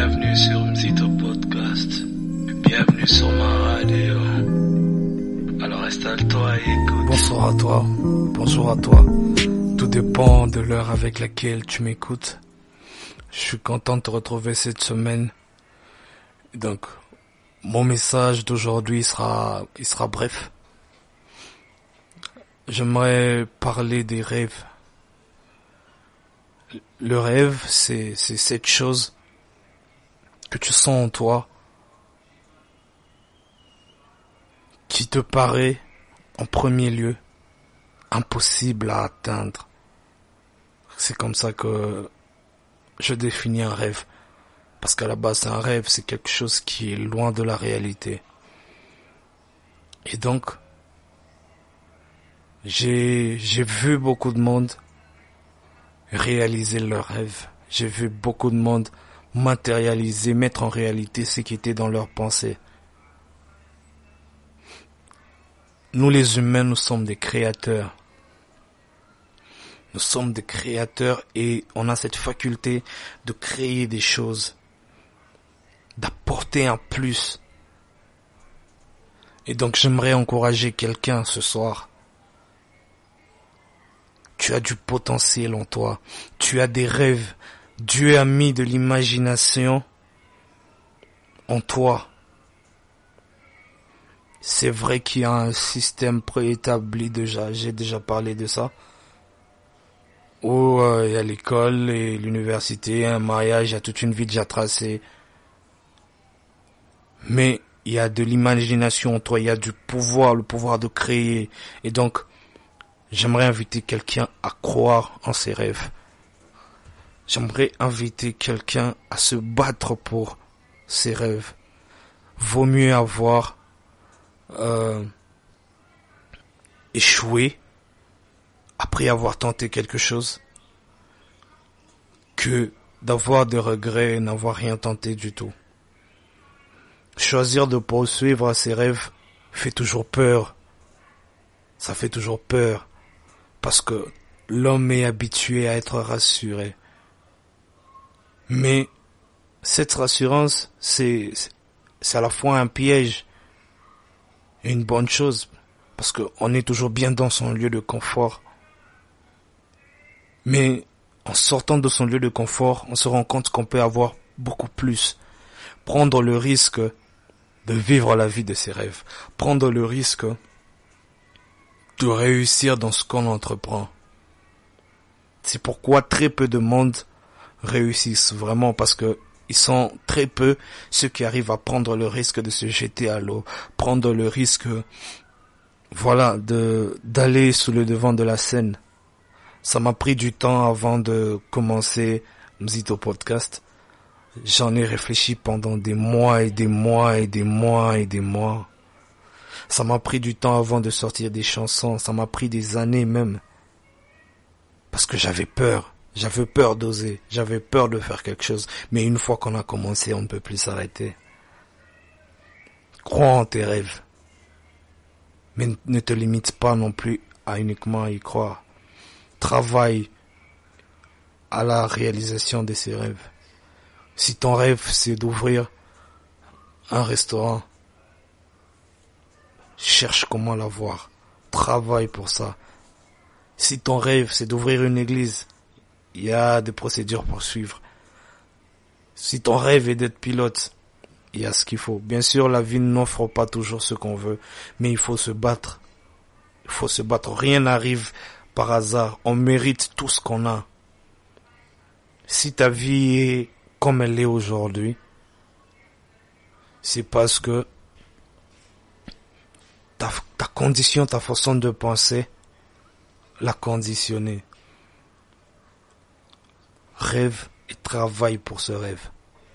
Bienvenue sur Mzito Podcast. Bienvenue sur ma radio. Alors installe-toi et écoute. Bonsoir à toi, bonjour à toi. Tout dépend de l'heure avec laquelle tu m'écoutes. Je suis content de te retrouver cette semaine. Donc, mon message d'aujourd'hui il sera bref. J'aimerais parler des rêves. Le rêve, c'est cette chose que tu sens en toi qui te paraît en premier lieu impossible à atteindre. C'est comme ça que je définis un rêve. Parce qu'à la base, un rêve, c'est quelque chose qui est loin de la réalité. Et donc, j'ai vu beaucoup de monde réaliser leurs rêves. J'ai vu beaucoup de monde matérialiser, mettre en réalité ce qui était dans leurs pensées. Nous les humains, nous sommes des créateurs. Nous sommes des créateurs et on a cette faculté de créer des choses, d'apporter un plus. Et donc j'aimerais encourager quelqu'un ce soir. Tu as du potentiel en toi. Tu as des rêves. Dieu a mis de l'imagination en toi. C'est vrai qu'il y a un système préétabli déjà. J'ai déjà parlé de ça. Où il y a l'école et l'université, un mariage, il y a toute une vie déjà tracée. Mais il y a de l'imagination en toi. Il y a du pouvoir, le pouvoir de créer. Et donc, j'aimerais inviter quelqu'un à croire en ses rêves. J'aimerais inviter quelqu'un à se battre pour ses rêves. Vaut mieux avoir échoué après avoir tenté quelque chose que d'avoir des regrets et n'avoir rien tenté du tout. Choisir de poursuivre ses rêves fait toujours peur. Ça fait toujours peur. Parce que l'homme est habitué à être rassuré. Mais cette rassurance, c'est à la fois un piège et une bonne chose. Parce qu'on est toujours bien dans son lieu de confort. Mais en sortant de son lieu de confort, on se rend compte qu'on peut avoir beaucoup plus. Prendre le risque de vivre la vie de ses rêves. Prendre le risque de réussir dans ce qu'on entreprend. C'est pourquoi très peu de monde réussissent vraiment, parce que ils sont très peu ceux qui arrivent à prendre le risque de se jeter à l'eau, prendre le risque, d'aller sous le devant de la scène. Ça m'a pris du temps avant de commencer Mzito Podcast. J'en ai réfléchi pendant des mois et des mois et des mois et des mois. Ça m'a pris du temps avant de sortir des chansons. Ça m'a pris des années même. Parce que j'avais peur. J'avais peur d'oser. J'avais peur de faire quelque chose. Mais une fois qu'on a commencé, on ne peut plus s'arrêter. Crois en tes rêves. Mais ne te limite pas non plus à uniquement y croire. Travaille à la réalisation de ces rêves. Si ton rêve, c'est d'ouvrir un restaurant, cherche comment l'avoir. Travaille pour ça. Si ton rêve, c'est d'ouvrir une église, il y a des procédures pour suivre. Si ton rêve est d'être pilote, il y a ce qu'il faut. Bien sûr, la vie n'offre pas toujours ce qu'on veut, mais il faut se battre. Il faut se battre. Rien n'arrive par hasard. On mérite tout ce qu'on a. Si ta vie est comme elle est aujourd'hui, c'est parce que ta condition, ta façon de penser l'a conditionné. Rêve et travaille pour ce rêve.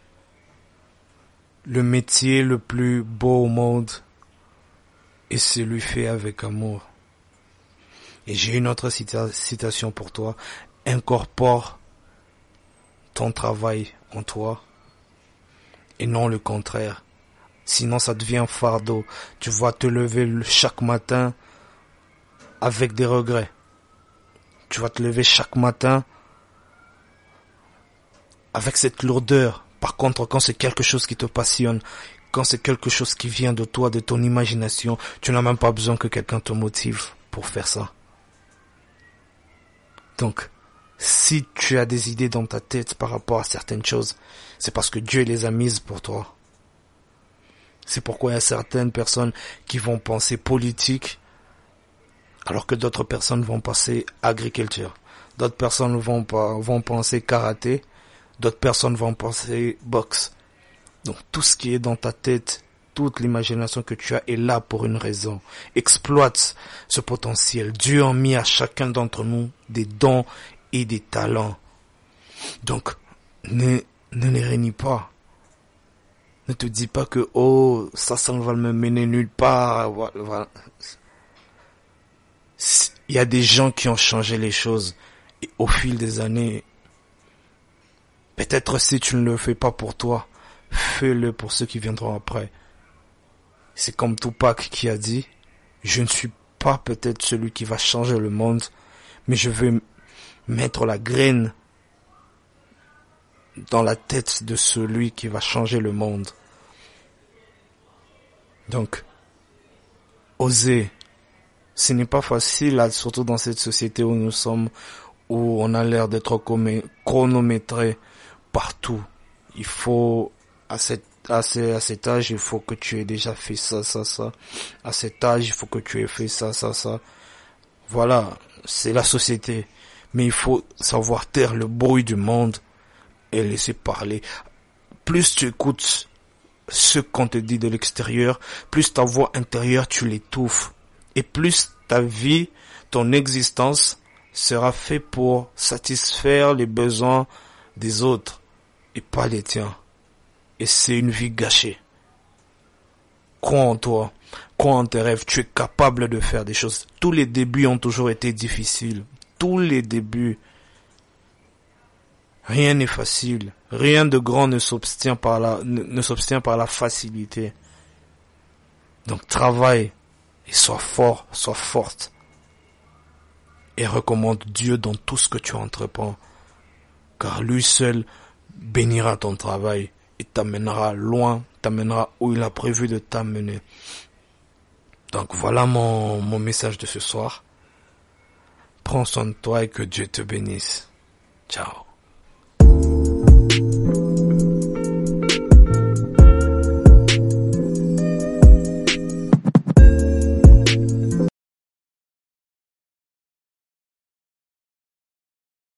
Le métier le plus beau au monde est celui fait avec amour. Et j'ai une autre citation pour toi. Incorpore ton travail en toi et non le contraire. Sinon ça devient un fardeau. Tu vas te lever chaque matin avec des regrets. Tu vas te lever chaque matin avec cette lourdeur Par contre, quand c'est quelque chose qui te passionne, quand c'est quelque chose qui vient de toi, de ton imagination, tu n'as même pas besoin que quelqu'un te motive pour faire ça. Donc, si tu as des idées dans ta tête par rapport à certaines choses, c'est parce que Dieu les a mises pour toi. C'est pourquoi il y a certaines personnes qui vont penser politique, alors que d'autres personnes vont penser agriculture. D'autres personnes vont penser karaté, d'autres personnes vont penser boxe. Donc tout ce qui est dans ta tête, toute l'imagination que tu as est là pour une raison. Exploite ce potentiel. Dieu a mis à chacun d'entre nous des dons et des talents. Donc ne les renie pas. Ne te dis pas que ça va me mener nulle part. Voilà. Il y a des gens qui ont changé les choses et au fil des années, peut-être si tu ne le fais pas pour toi, fais-le pour ceux qui viendront après. C'est comme Tupac qui a dit, je ne suis pas peut-être celui qui va changer le monde, mais je vais mettre la graine dans la tête de celui qui va changer le monde. Donc, oser. Ce n'est pas facile, surtout dans cette société où nous sommes, où on a l'air d'être chronométré partout. Il faut, à cet âge, il faut que tu aies déjà fait ça. À cet âge, il faut que tu aies fait ça. Voilà, c'est la société. Mais il faut savoir taire le bruit du monde et laisser parler. Plus tu écoutes ce qu'on te dit de l'extérieur, plus ta voix intérieure, tu l'étouffes. Et plus ta vie, ton existence sera fait pour satisfaire les besoins des autres et pas les tiens. Et c'est une vie gâchée. Crois en toi, crois en tes rêves, tu es capable de faire des choses. Tous les débuts ont toujours été difficiles. Tous les débuts. Rien n'est facile. Rien de grand ne s'obtient par la facilité. Donc travaille. Et sois fort, sois forte. Et recommande Dieu dans tout ce que tu entreprends. Car lui seul bénira ton travail et t'amènera loin, t'amènera où il a prévu de t'amener. Donc voilà mon message de ce soir. Prends soin de toi et que Dieu te bénisse. Ciao.